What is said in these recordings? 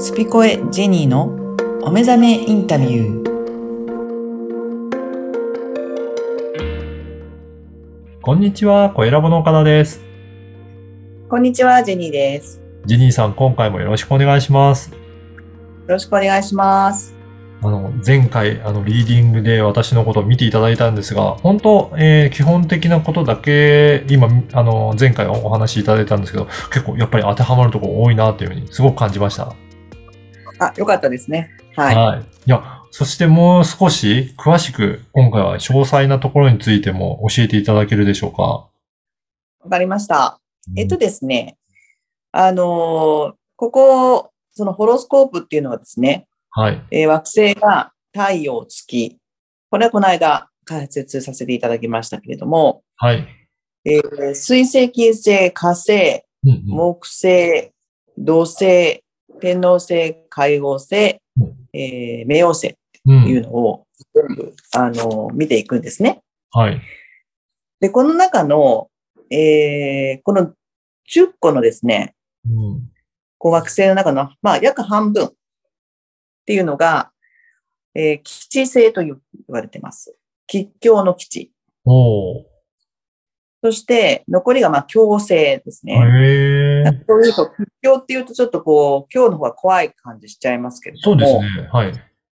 スピコエジェニーのお目覚めインタビュー。 こんにちは、小ラボの岡田です。 こんにちは、ジェニーです。 ジェニーさん、今回もよろしくお願いします。 よろしくお願いします。 前回、リーディングで私のことを見ていただいたんですが、本当、基本的なことだけ、今、前回お話しいただいたんですけど、結構やっぱり当てはまるところ多いなというふうにすごく感じました。 よかったですね。はい。 はい。いや、そしてもう少し詳しく、今回は詳細なところについても教えていただけるでしょうか。 わかりました。 うん、 ですね、ここ、そのホロスコープっていうのはですね、 はい。 惑星が太陽、月、これはこの間解説させていただきましたけれども、 はい。 水星、金星、火星、 うん、 木星、土星、天王星、海王星、 うん。 冥王星うん。 というのを全部、見ていくんですね。 はい。 で、この中の、この10個のですね、 うん。 惑星の中の、約半分っていうのが、基地星と言われています。吉凶の基地。 おー。 そして、残りが強星ですへね。 え。 そういうと、吉凶っていうとちょっと今日の方が怖い感じしちゃいますけれどそうですね。 も、 はい。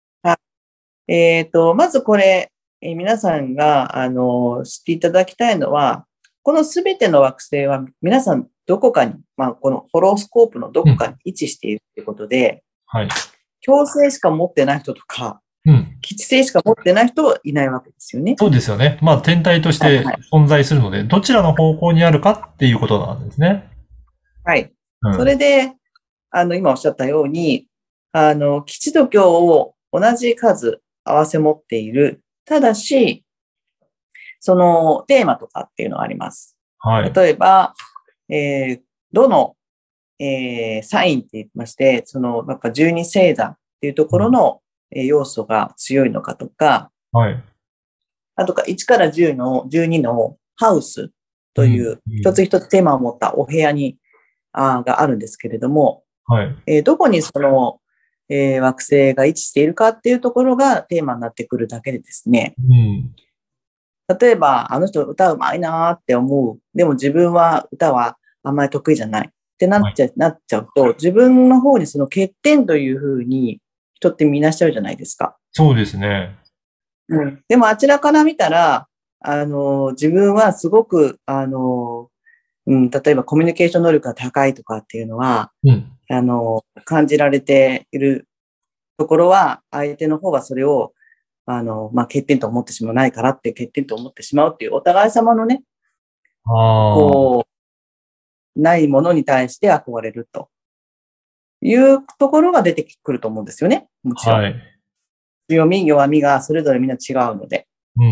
まずこれ、皆さんが、知っていただきたいのは、このすべての惑星は皆さんどこかに、このホロスコープのどうん。 こかに位置しているということで、 はい。 強星しか持ってない人とか、 うん。 基地星しか持ってない人はいないわけですよね。 そうですよね。まあ、天体としてはいはい。 存在するので、どちらの方向にあるかっていうことなんですね。 はい。そうん。 れで、今おっしゃったように、基地と強を同じ数合わせ持っている。ただし、そのテーマとかっていうのがあります。 はい。 例えば、どの、サインって言いまして、やっぱ十二星座っていうところうん。 の、要素が強いのかとか、 はい。 あとか1から10の12のハウスうん。 という一つ一つテーマを持ったお部屋があるんですけれども、 はい。 どこにその、惑星が位置しているかっていうところがテーマになってくるだけでですね、 うん。 例えば、あの人歌うまいなーって思う。でも自分は歌はあんまり得意じゃないってはい。 なっちゃうと、自分の方にその欠点というふうに人って見なしちゃうじゃないですか。 そうですね。 うん。でもあちらから見たら、自分はすごく、例えばコミュニケーション能力が高いとかっていうのは、 うん。 感じられているところは、相手の方がそれを、欠点と思ってしまわないからって欠点と思ってしまうっていう、お互い様のね、 ああ。 こないものに対して憧れるというところが出てくると思うんですよね。もちろん。 はい。 強み、弱みがそれぞれみんな違うので。 うん。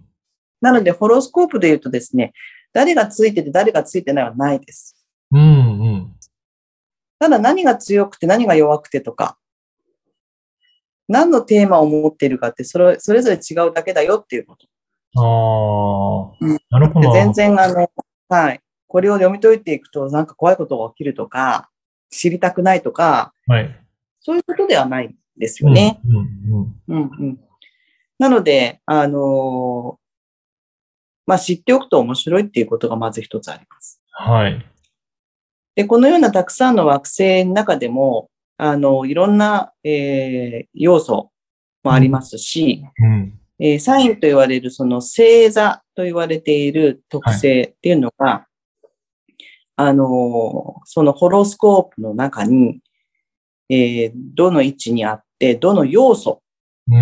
なので、ホロスコープで言うとですね、誰がついてて誰がついてないはないです。 うん。うん。 ただ何が強くて何が弱くてとか、何のテーマを持っているかって、それぞれ違うだけだよっていうこと。 ああ。 うん。 なるほど、なる全ほど。 然はい。これを読み解いていくと、なんか怖いことが起きるとか、知りたくないとか、 はい。 そういうことではないんですうん。 よね。 うん。うん。 うんうん。なので、知っておくと面白いっていうことがまず一つあります。 はい。 で、このようなたくさんの惑星の中でも、いろんな、要素もありまうん。 すし、 うん。 サインと言われるその星座と言われている特はい。 性っていうのが、そのホロスコープの中に、どの位置にあって、どの要素うん。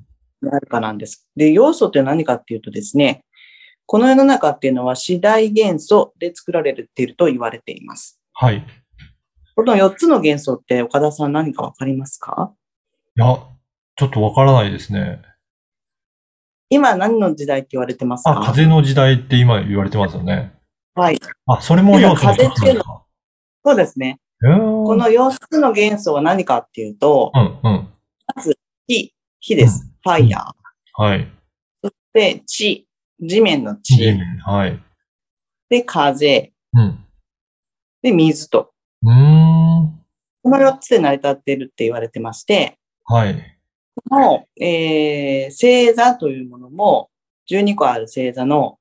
にあるかなんです。で、要素って何かっていうとですね、この世の中っていうのは次第元素で作られていると言われています。 はい。 この4つの元素って岡田さん何かわかりますか？ いや、ちょっとわからないですね。 今何の時代って言われてますあ、 か？ 風の時代って今言われてますよね。 はい。 あ、それもでも要素の一風っていうのは、 つなんですか？ そうですね。 ええー。 この4つの元素は何かっていうと、 うん、うん、 まず火うん、 です。ファうん。 イヤー。 はい。 で、地面の地。 地面、はい。 で、風。 うん。 で、水と。 うーん。 この4つで成り立っているって言われてまして、 はい。 この、星座というものも、12個ある星座の、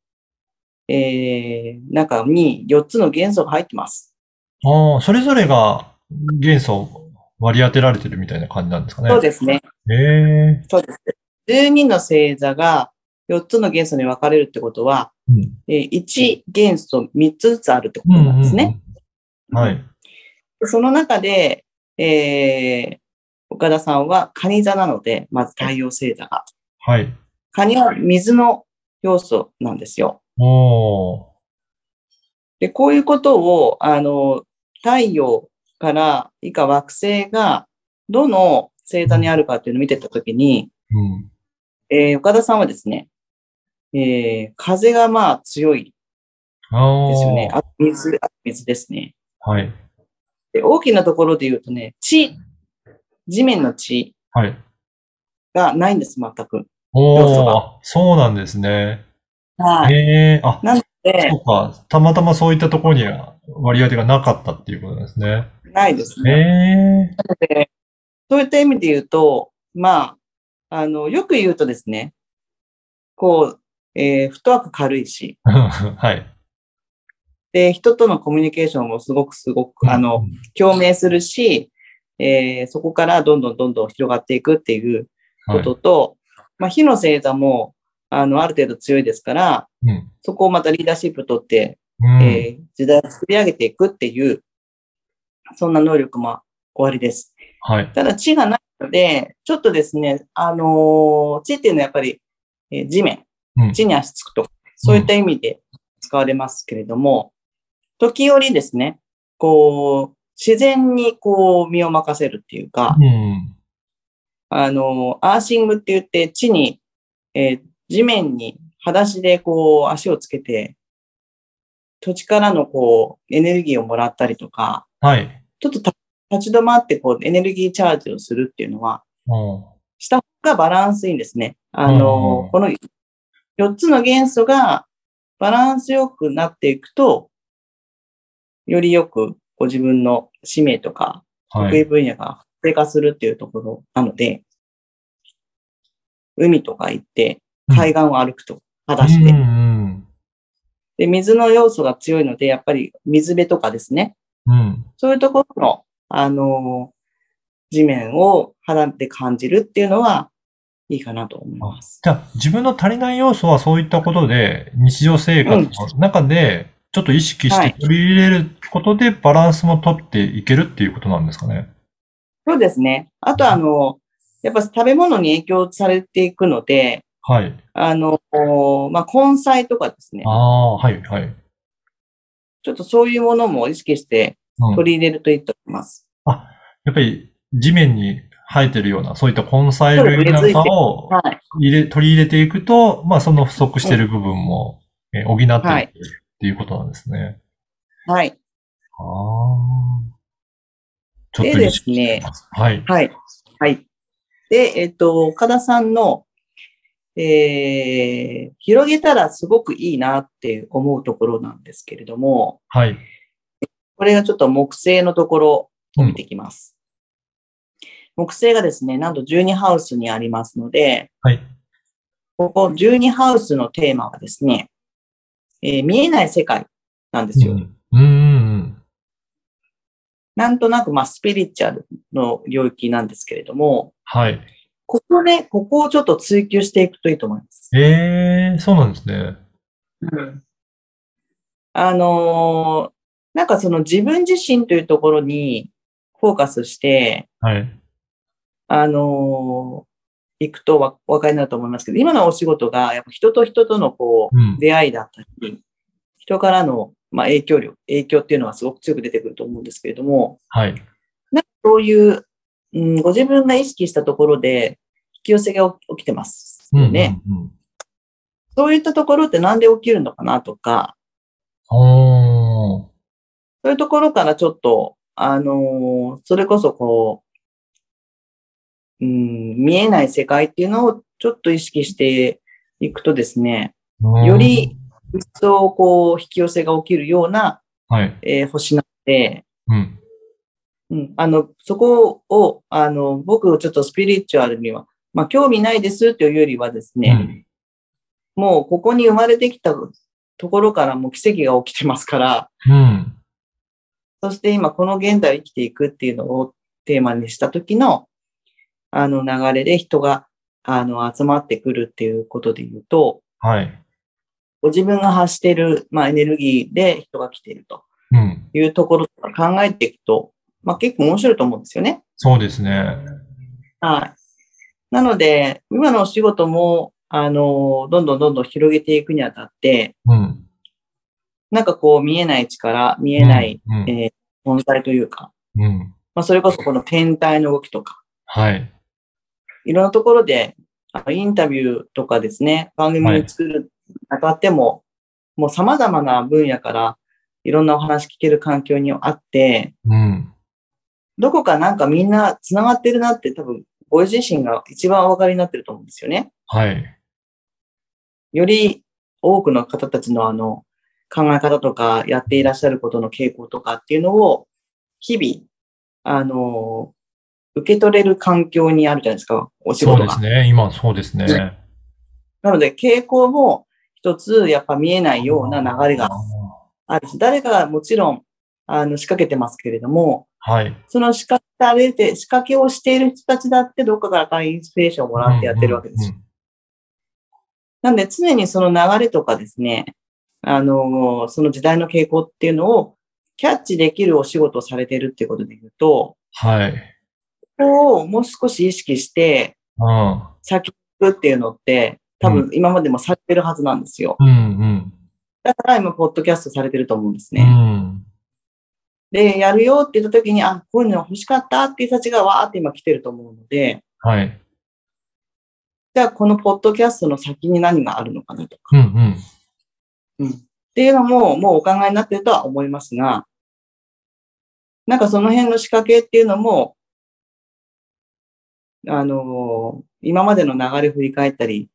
中に4つの元素が入ってます。 ああ、それぞれが元素割り当てられてるみたいな感じなんですかね。 そうですね。 ええ。 そうです。12の星座が4つの元素に分かれるってことは、 うん。 1元素3つずつあるってこうんうとなんですね。 んうん。はい。 その中で、岡田さんは蟹座なので、まず太陽星座が。 はい。 蟹は水の要素なんですよ。 おー。 で、こういうことを、太陽から以下惑星がどの星座にあるかっていうのを見てたときに、 うん。 岡田さんはですね、風がまあ強いあですよね。 あ。 あと水ですね。 はい。 で、大きなところで言うとね、地面の地はい。 がないんです、全く。要素おー、 が。 あ、そうなんですね。えはい。 え、あ、 なので、 そうか。たまたまそういったところには割り当てがなかったっていうことなんですね。 ないですえね。 え。 で、そういった意味で言うと、まあ、よく言うとですね、こう、フットワーク軽いし、 はい。 で、人とのコミュニケーションもすごく、 うん、 共鳴するし、そこからどんどん広がっていくっていうこはい。 とと、まあ、火の星座も、ある程度強いですから、 うん。 そこをまたリーダーシップ取って、 うん。 時代を作り上げていくっていう、そんな能力も終わりです。 はい。 ただ、地がないので、ちょっとですね、地っていうのはやっぱり、地面、 うん。 地に足つくと、 うん。 そういった意味で使われますけれども、時折ですね、こう、自然にこう身を任せるっていうか、 うん。 アーシングって言って地に、地面に裸足でこう足をつけて、土地からのこうエネルギーをもらったりとか、 はい。 ちょっと立ち止まってこうエネルギーチャージをするっていうのは、 うん。 した方がバランスいいんですね。 うん。 この4つの元素がバランスよくなっていくと、よりよくご自分の使命とか得意はい。 分野が活性化するっていうところなので、海とか行ってうん。 海岸を歩くと、裸うん。 足で。 うん。 で、水の要素が強いので、やっぱり水辺とかですね。 うん。 そういうところの、地面を肌で感じるっていうのはいいかなと思いあ、 ます。 じゃあ、自分の足りない要素はそういったことで、日常生うん。 活の中で、ちょっと意識しはい。 て取り入れることでバランスも取っていけるっていうことなんですかね。 そうですね。あとやっぱ食べ物に影響されていくので、 はい。 まあ、根菜とかですね。 ああ、はい、はい。 ちょっとそういうものも意識してうん。 取り入れるといいと思います。 あ、やっぱり地面に生えてるような、そういった根菜そうです。 類なんか根付いて。 をはい。 取り入れていくと、まあその不足しうん。 てる部分も補っていくっはい。 ていうことなんですね。 はい。 ああ、ちょっででと意識すね。 してます。はい。 はい。はい。で、岡田さんの、広げたらすごくいいなって思うところなんですけれども、 はい。 これがちょっと木星のところを見てうん。 いきます。木星がですね、なんと12ハウスにありますので、 はい。 ここ12ハウスのテーマはですね、見えない世界なんですよ。 うん。うん。うん。 なんとなく、まあ、スピリチュアルの領域なんですけれども、 はい。 ここをちょっと追求していくといいと思います。 ええ、そうなんですね。 うん。あのーなんかその自分自身というところにフォーカスして、 はい。 行くとお分かりになると思いますけど、今のお仕事がやっぱ人と人とのこうん。 う出会いだったり、人からのまあ影響っていうのはすごく強く出てくると思うんですけれども、 はい。 なんかそういう、ご自分が意識したところで引き寄せが起きてますうん。うよね。 ん。うん。 そういったところってなんで起きるのかなとか、 おー。 そういうところからちょっと、それこそこ見えない世界っていうのをちょっと意識していくとですね、 うよりーん。 一層こう引き寄せが起きるような、 はい。 星なので、 うん。 そこを、僕ちょっとスピリチュアルには、興味ないですというよりはですね、もうここに生まれてきたところからもう奇跡が起きてますから、そして今この現代を生きていくっていうのをテーマにした時の、流れで人が、集まってくるっていうことで言うと、ご自分が発している、エネルギーで人が来ているというところを考えていくと、結構面白いと思うんですよね。 そうですね。 はい。なので、今のお仕事も、どんどん広げていくにあたって、なんかこう見えない力、見えない、存在というか、それこそこの天体の動きとか、いろんなところで、インタビューとかですね、番組に作るにあたっても、もう様々な分野からいろんなお話聞ける環境にあって、どこかなんかみんな繋がってるなって多分、ご自身が一番お分かりになってると思うんですよね。より多くの方たちの考え方とか、やっていらっしゃることの傾向とかっていうのを、日々、受け取れる環境にあるじゃないですか、お仕事が。 そうですね。今そうですね。 なので、傾向も一つ、やっぱ見えないような流れがあるし、誰かがもちろん、仕掛けてますけれども、その仕掛けをしている人たちだって、どっかからインスピレーションをもらってやってるわけですよ。なんで、常にその流れとかですね、その時代の傾向っていうのをキャッチできるお仕事をされているっていうことで言うと、ここをもう少し意識して、先行くっていうのって、多分今までもされてるはずなんですよ。だから今、ポッドキャストされてると思うんですね。で、やるよって言った時に、こういうの欲しかったっていう人たちがわーって今来てると思うので、じゃあこのポッドキャストの先に何があるのかなとか。っていうのも、もうお考えになってるとは思いますが、なんかその辺の仕掛けっていうのも、今までの流れ振り返ったり、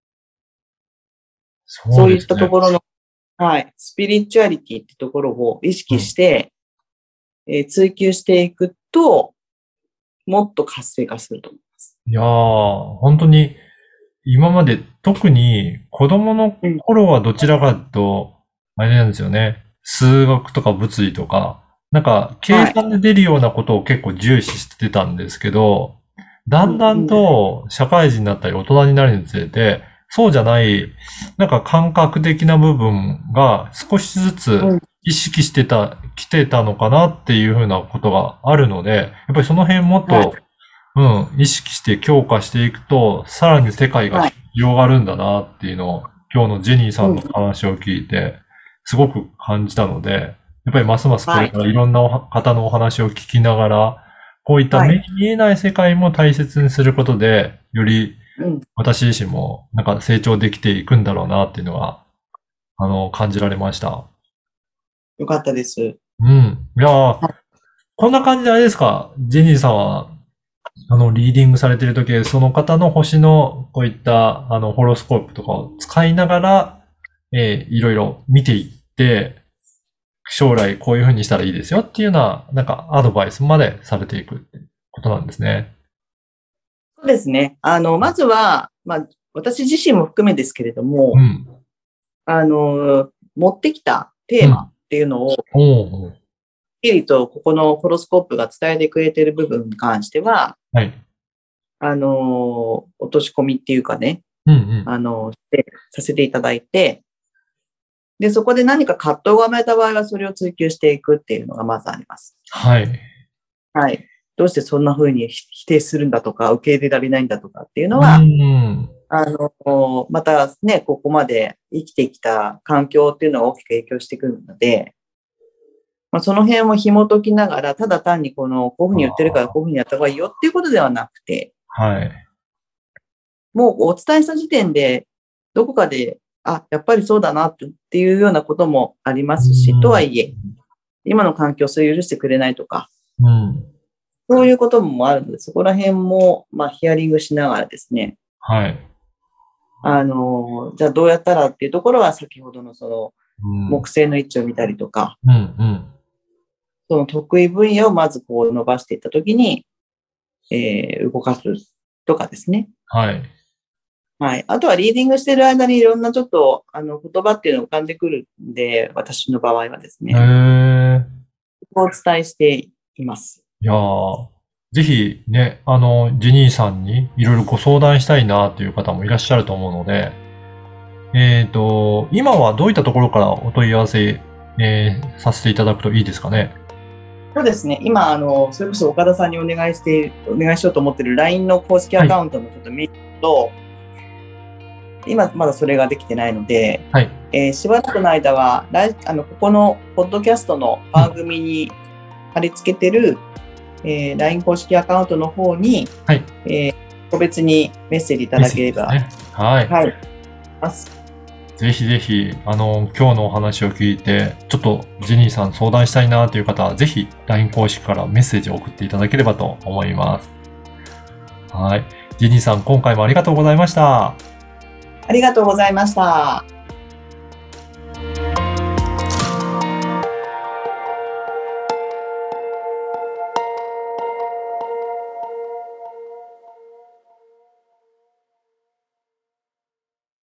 そういったところの、スピリチュアリティってところを意識して、追求していくと、もっと活性化すると思います。 いやー、本当に、今まで特に子供の頃はどちらかと、あれなんですよね。数学とか物理とか、なんか計算で出るようなことを結構重視してたんですけど、だんだんと社会人になったり大人になるにつれて、そうじゃない、なんか感覚的な部分が少しずつ意識してきてたのかなっていうふうなことがあるので、やっぱりその辺もっと、意識して強化していくと、さらに世界が広がるんだなっていうのを、今日のジェニーさんの話を聞いて、すごく感じたので、やっぱりますますこれからいろんな方のお話を聞きながら、こういった目に見えない世界も大切にすることで、より私自身もなんか成長できていくんだろうなっていうのは、感じられました。 よかったです。いやこんな感じであれですか、ジェニーさんは、リーディングされているとき、その方の星のこういった、ホロスコープとかを使いながら、いろいろ見ていって、将来こういうふうにしたらいいですよっていうような、なんかアドバイスまでされていくってことなんですね。 そうですね。まずは、私自身も含めですけれども、持ってきたテーマっていうのを、はっきりとここのホロスコープが伝えてくれている部分に関しては、落とし込みっていうかね、させていただいて、で、そこで何か葛藤が生まれた場合はそれを追求していくっていうのがまずあります。どうしてそんな風に否定するんだとか、受け入れられないんだとかっていうのは、またね、ここまで生きてきた環境っていうのが大きく影響してくるので、その辺を紐解きながら、ただ単にこういうふうに言ってるからこういうふうにやった方がいいよっていうことではなくて、もうお伝えした時点で、どこかで、やっぱりそうだなっていうようなこともありますし、とはいえ、今の環境をそれ許してくれないとか、そういうこともあるので、そこら辺も、ヒアリングしながらですね、じゃあどうやったらっていうところは先ほどのその、木星の位置を見たりとか、 その得意分野をまずこう伸ばしていったときに、動かすとかですね。 はい。 はい。あとはリーディングしてる間にいろんなちょっと、言葉っていうのが浮かんでくるんで、私の場合はですへね、 え。 こうお伝えしています。 いやー、ぜひね、ジェニーさんにいろいろご相談したいなという方もいらっしゃると思うので、今はどういったところからお問い合わせ、させていただくといいですかね。 そうですね。今、それこそ岡田さんにお願いしようと思ってる LINE の公式アはい。 カウントのちょっと見ると、今まだそれができてないので、 はい。 しばらくの間は、ここのポッドキャストのうん。 番組に貼り付けてる、LINE 公式アカウントの方に、 はい。 個別にメッセージいたメッセーだければ、 ジですね。はい。 はい、ます。 ぜひぜひ、今日のお話を聞いて、ちょっとジェニーさん相談したいなという方は、ぜひ LINE 公式からメッセージを送っていただければと思います。はい。ジェニーさん、今回もありがとうございました。 ありがとうございました。